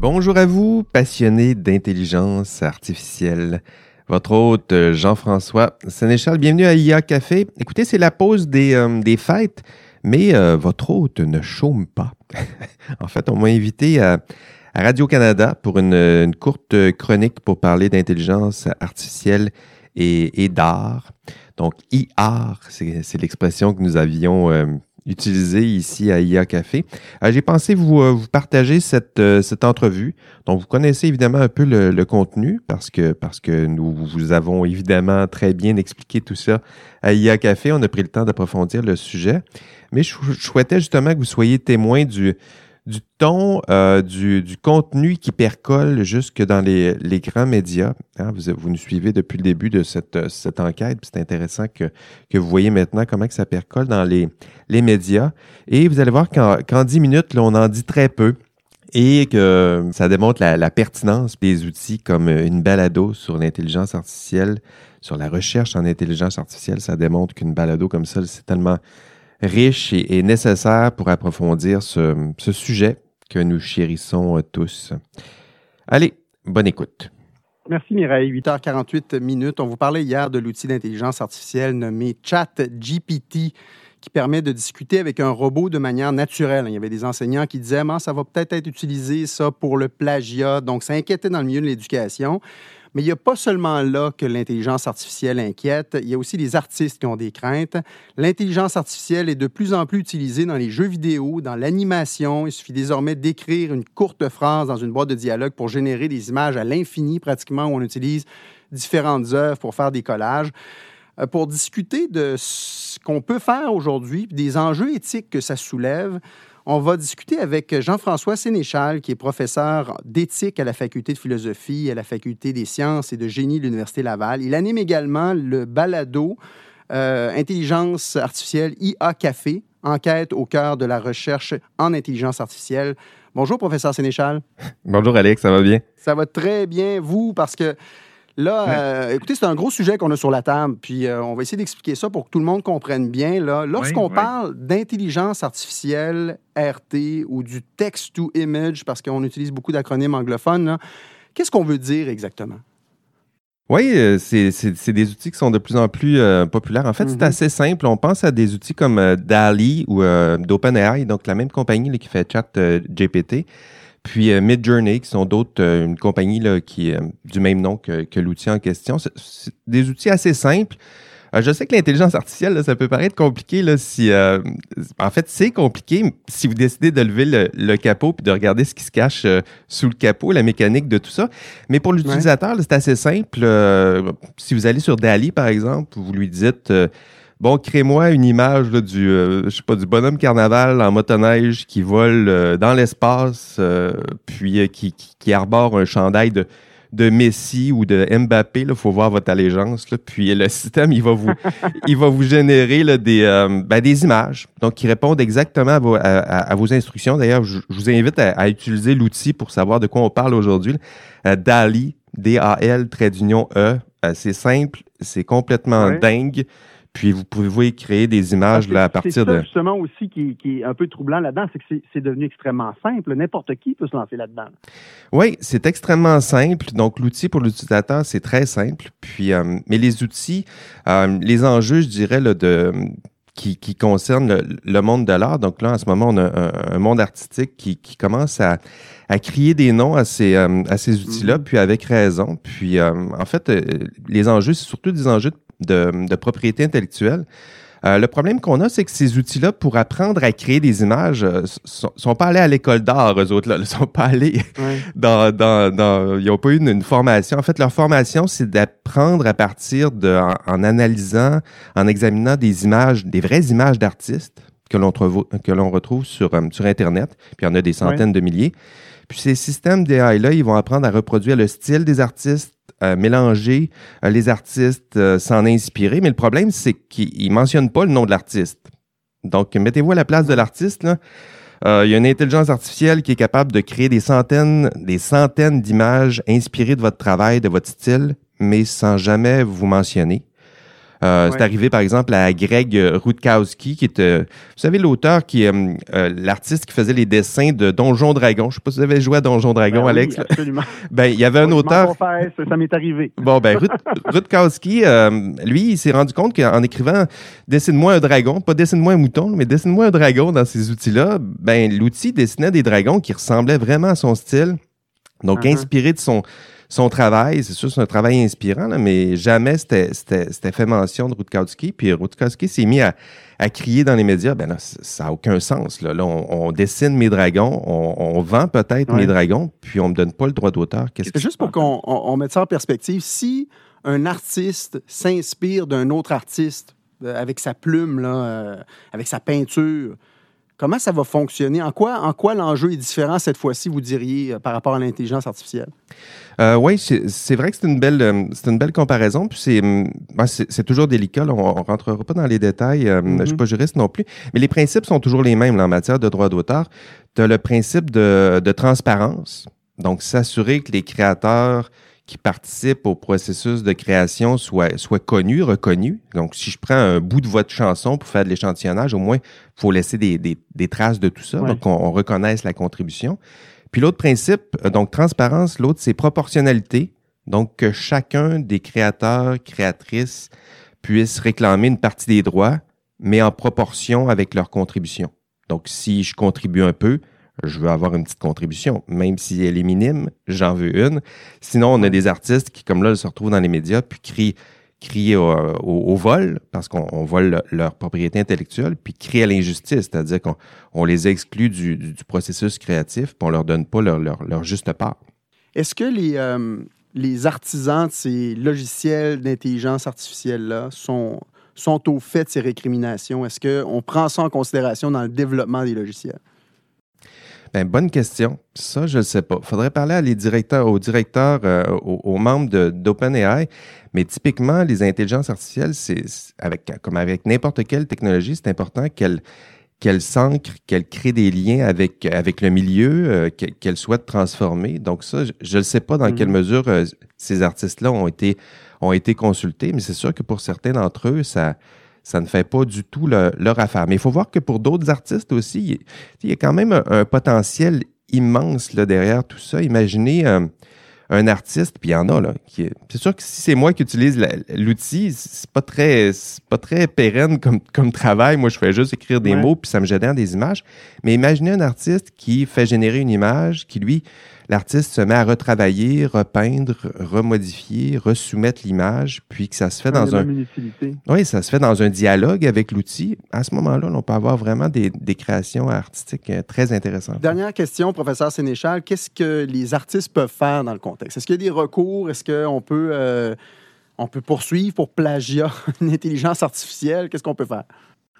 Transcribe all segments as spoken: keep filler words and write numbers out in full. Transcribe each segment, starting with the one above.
Bonjour à vous, passionnés d'intelligence artificielle. Votre hôte Jean-François Sénéchal, bienvenue à I A Café. Écoutez, c'est la pause des, euh, des fêtes, mais euh, votre hôte ne chôme pas. En fait, on m'a invité à, à Radio-Canada pour une, une courte chronique pour parler d'intelligence artificielle et, et d'art. Donc, I A R, c'est, c'est l'expression que nous avions euh, utilisée ici à I A Café. Euh, j'ai pensé vous, euh, vous partager cette, euh, cette entrevue. Donc, vous connaissez évidemment un peu le, le contenu parce que, parce que nous vous avons évidemment très bien expliqué tout ça à I A Café. On a pris le temps d'approfondir le sujet. Mais je, je souhaitais justement que vous soyez témoins du, du ton, euh, du, du contenu qui percole jusque dans les, les grands médias. Hein, vous, vous nous suivez depuis le début de cette, cette enquête. C'est intéressant que, que vous voyez maintenant comment que ça percole dans les, les médias. Et vous allez voir qu'en, qu'en dix minutes, là, on en dit très peu. Et que ça démontre la, la pertinence des outils comme une balado sur l'intelligence artificielle, sur la recherche en intelligence artificielle. Ça démontre qu'une balado comme ça, c'est tellement riche et, et nécessaire pour approfondir ce, ce sujet que nous chérissons tous. Allez, bonne écoute. Merci Mireille. huit heures quarante-huit minutes. On vous parlait hier de l'outil d'intelligence artificielle nommé ChatGPT qui permet de discuter avec un robot de manière naturelle. Il y avait des enseignants qui disaient ah, « ça va peut-être être utilisé ça pour le plagiat ». Donc, ça inquiétait dans le milieu de l'éducation. Mais il n'y a pas seulement là que l'intelligence artificielle inquiète, il y a aussi les artistes qui ont des craintes. L'intelligence artificielle est de plus en plus utilisée dans les jeux vidéo, dans l'animation. Il suffit désormais d'écrire une courte phrase dans une boîte de dialogue pour générer des images à l'infini, pratiquement, où on utilise différentes œuvres pour faire des collages. Pour discuter de ce qu'on peut faire aujourd'hui, des enjeux éthiques que ça soulève, on va discuter avec Jean-François Sénéchal, qui est professeur d'éthique à la Faculté de philosophie, à la Faculté des sciences et de génie de l'Université Laval. Il anime également le balado euh, Intelligence artificielle I A Café, enquête au cœur de la recherche en intelligence artificielle. Bonjour, professeur Sénéchal. Bonjour, Alex, ça va bien? Ça va très bien, vous, parce que Là, ouais. euh, écoutez, c'est un gros sujet qu'on a sur la table, puis euh, on va essayer d'expliquer ça pour que tout le monde comprenne bien. Là. Lorsqu'on oui, parle oui. d'intelligence artificielle, R T, ou du text-to-image, parce qu'on utilise beaucoup d'acronymes anglophones, là, qu'est-ce qu'on veut dire exactement? Oui, euh, c'est, c'est, c'est des outils qui sont de plus en plus euh, populaires. En fait, mm-hmm. c'est assez simple. On pense à des outils comme euh, D A L L-E ou euh, d'OpenAI, donc la même compagnie là, qui fait ChatGPT. Euh, Puis euh, Midjourney, qui sont d'autres, euh, une compagnie là, qui euh, du même nom que, que l'outil en question. C'est, c'est des outils assez simples. Euh, je sais que l'intelligence artificielle, là, ça peut paraître compliqué. Là, si, euh, en fait, c'est compliqué si vous décidez de lever le, le capot puis de regarder ce qui se cache euh, sous le capot, la mécanique de tout ça. Mais pour l'utilisateur, ouais. là, c'est assez simple. Euh, si vous allez sur D A L L-E, par exemple, vous lui dites... Euh, Bon, crée-moi une image là, du, euh, je sais pas, du bonhomme carnaval en motoneige qui vole euh, dans l'espace, euh, puis euh, qui, qui, qui arbore un chandail de, de Messi ou de Mbappé. Il faut voir votre allégeance. Là, puis le système, il va vous, il va vous générer là, des, euh, ben, des images, donc qui répondent exactement à vos, à, à, à vos instructions. D'ailleurs, je, je vous invite à, à utiliser l'outil pour savoir de quoi on parle aujourd'hui. Euh, D A L L-E, D A L, trait d'union E. Euh, c'est simple, c'est complètement ouais. dingue. Puis vous pouvez créer des images ah, là, à partir c'est ça, de... justement aussi qui, qui est un peu troublant là-dedans, c'est que c'est, c'est devenu extrêmement simple. N'importe qui peut se lancer là-dedans. Oui, c'est extrêmement simple. Donc, l'outil pour l'utilisateur, c'est très simple. Puis, euh, mais les outils, euh, les enjeux, je dirais, là, de, qui, qui concernent le, le monde de l'art. Donc là, en ce moment, on a un, un monde artistique qui, qui commence à, à crier des noms à ces, euh, à ces outils-là, mm-hmm. puis avec raison. Puis, euh, en fait, euh, les enjeux, c'est surtout des enjeux de De, de propriété intellectuelle. Euh, le problème qu'on a, c'est que ces outils-là, pour apprendre à créer des images, euh, sont, sont pas allés à l'école d'art, eux autres-là. Ils sont pas allés ouais. dans, dans, dans... Ils n'ont pas eu une, une formation. En fait, leur formation, c'est d'apprendre à partir de... En, en analysant, en examinant des images, des vraies images d'artistes que l'on, trouve, que l'on retrouve sur, um, sur Internet. Puis il y en a des centaines ouais. de milliers. Puis ces systèmes d'A I-là, ils vont apprendre à reproduire le style des artistes, Euh, mélanger euh, les artistes, euh, s'en inspirer. Mais le problème, c'est qu'ils ne mentionnent pas le nom de l'artiste. Donc, mettez-vous à la place de l'artiste. Là. Euh, il y a une intelligence artificielle qui est capable de créer des centaines, des centaines d'images inspirées de votre travail, de votre style, mais sans jamais vous mentionner. Euh, Ouais. C'est arrivé, par exemple, à Greg Rutkowski, qui est, euh, vous savez, l'auteur, qui est euh, euh, l'artiste qui faisait les dessins de Donjon Dragon. Je ne sais pas si vous avez joué à Donjon Dragon, Ben oui, Alex. là. absolument. Ben, il y avait un Je m'en auteur... confesse, ça m'est arrivé. Bon, ben, Rut- Rutkowski, euh, lui, il s'est rendu compte qu'en écrivant « Dessine-moi un dragon », pas « Dessine-moi un mouton », mais « Dessine-moi un dragon » dans ces outils-là, ben, l'outil dessinait des dragons qui ressemblaient vraiment à son style. Donc, Uh-huh. inspiré de son, son travail, c'est sûr, c'est un travail inspirant, là, mais jamais c'était, c'était, c'était fait mention de Rutkowski. Puis Rutkowski s'est mis à, à crier dans les médias, ben là, ça n'a aucun sens. Là, là on, on dessine mes dragons, on, on vend peut-être Ouais. mes dragons, puis on ne me donne pas le droit d'auteur. Qu'est-ce C'est qui juste se pour passe? qu'on on, on mette ça en perspective. Si un artiste s'inspire d'un autre artiste euh, avec sa plume, là, euh, avec sa peinture, comment ça va fonctionner? En quoi, en quoi l'enjeu est différent cette fois-ci, vous diriez, euh, par rapport à l'intelligence artificielle? Euh, oui, c'est, c'est vrai que c'est une belle, euh, c'est une belle comparaison. Puis c'est, hum, ben, c'est, c'est toujours délicat. Là, on ne rentrera pas dans les détails. Euh, Mhm. Je ne suis pas juriste non plus. Mais les principes sont toujours les mêmes là, en matière de droit d'auteur. Tu as le principe de, de transparence. Donc, s'assurer que les créateurs qui participent au processus de création soient, soient connus, reconnus. Donc, si je prends un bout de votre chanson pour faire de l'échantillonnage, au moins, il faut laisser des, des, des traces de tout ça. Ouais. Donc, on, on reconnaisse la contribution. Puis l'autre principe, euh, donc transparence, l'autre, c'est proportionnalité. Donc, que chacun des créateurs, créatrices puisse réclamer une partie des droits, mais en proportion avec leur contribution. Donc, si je contribue un peu, je veux avoir une petite contribution. Même si elle est minime, j'en veux une. Sinon, on a des artistes qui, comme là, se retrouvent dans les médias puis crient, crient au, au, au vol, parce qu'on on vole le- leur propriété intellectuelle, puis crient à l'injustice, c'est-à-dire qu'on on les exclut du, du, du processus créatif, puis on leur donne pas leur, leur, leur juste part. Est-ce que les, euh, les artisans de ces logiciels d'intelligence artificielle-là sont, sont au fait de ces récriminations? Est-ce qu'on prend ça en considération dans le développement des logiciels? Ben, bonne question. Ça, je ne sais pas. Il faudrait parler à les directeurs, aux directeurs, euh, aux, aux membres de, d'OpenAI. Mais typiquement, les intelligences artificielles, c'est, c'est avec, comme avec n'importe quelle technologie, c'est important qu'elles qu'elles s'ancrent, qu'elles créent des liens avec, avec le milieu, euh, qu'elles qu'elles souhaitent transformer. Donc ça, je ne sais pas dans Mhm. quelle mesure euh, ces artistes-là ont été, ont été consultés, mais c'est sûr que pour certains d'entre eux, ça ça ne fait pas du tout le- leur affaire. Mais il faut voir que pour d'autres artistes aussi, il y a- il y a quand même un, un potentiel immense là, derrière tout ça. Imaginez euh, un artiste, puis il y en a, là, qui est... C'est sûr que si c'est moi qui utilise la- l'outil, c'est pas très, c'est pas très pérenne comme, comme travail. Moi, je fais juste écrire des Ouais. mots, puis ça me génère des images. Mais imaginez un artiste qui fait générer une image, qui, lui, l'artiste se met à retravailler, repeindre, remodifier, resoumettre l'image, puis que ça se fait dans un... Une utilité. Oui, ça se fait dans un dialogue avec l'outil. À ce moment-là, on peut avoir vraiment des, des créations artistiques euh, très intéressantes. Dernière question, professeur Sénéchal. Qu'est-ce que les artistes peuvent faire dans le contexte? Est-ce qu'il y a des recours? Est-ce qu'on peut, euh, on peut poursuivre pour plagiat une intelligence artificielle? Qu'est-ce qu'on peut faire?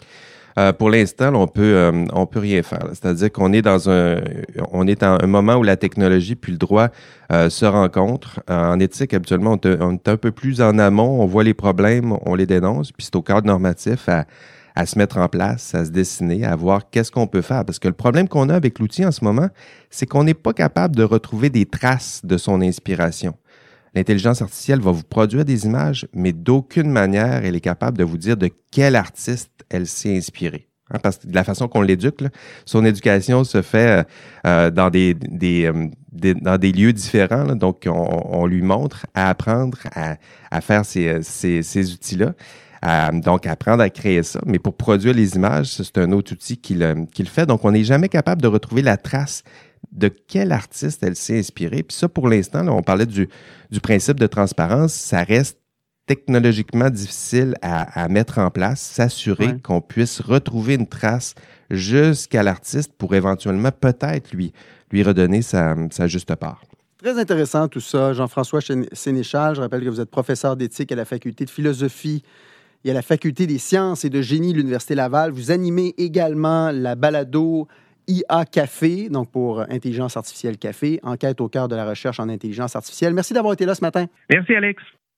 Euh, pour l'instant, là, on peut, euh, on peut rien faire. là. C'est-à-dire qu'on est dans un, on est à un moment où la technologie puis le droit euh, se rencontrent. Euh, en éthique, habituellement, on, te- on est un peu plus en amont. On voit les problèmes, on les dénonce, puis c'est au cadre normatif à, à se mettre en place, à se dessiner, à voir qu'est-ce qu'on peut faire. Parce que le problème qu'on a avec l'outil en ce moment, c'est qu'on n'est pas capable de retrouver des traces de son inspiration. L'intelligence artificielle va vous produire des images, mais d'aucune manière elle est capable de vous dire de quel artiste elle s'est inspirée. Hein, parce que de la façon qu'on l'éduque, là, son éducation se fait euh, dans, des, des, euh, des- dans des lieux différents. Là, donc, on, on lui montre à apprendre à, à faire ces, ces, ces outils-là. À, donc, apprendre à créer ça. Mais pour produire les images, ça, c'est un autre outil qui le, qui le fait. Donc, on n'est jamais capable de retrouver la trace de quel artiste elle s'est inspirée. Puis ça, pour l'instant, là, on parlait du, du principe de transparence, ça reste technologiquement difficile à, à mettre en place, s'assurer Ouais. qu'on puisse retrouver une trace jusqu'à l'artiste pour éventuellement peut-être lui, lui redonner sa, sa juste part. Très intéressant tout ça. Jean-François Chén- Sénéchal, je rappelle que vous êtes professeur d'éthique à la faculté de philosophie et à la faculté des sciences et de génie de l'Université Laval. Vous animez également la balado I A Café, donc pour Intelligence artificielle Café, enquête au cœur de la recherche en intelligence artificielle. Merci d'avoir été là ce matin. Merci, Alex.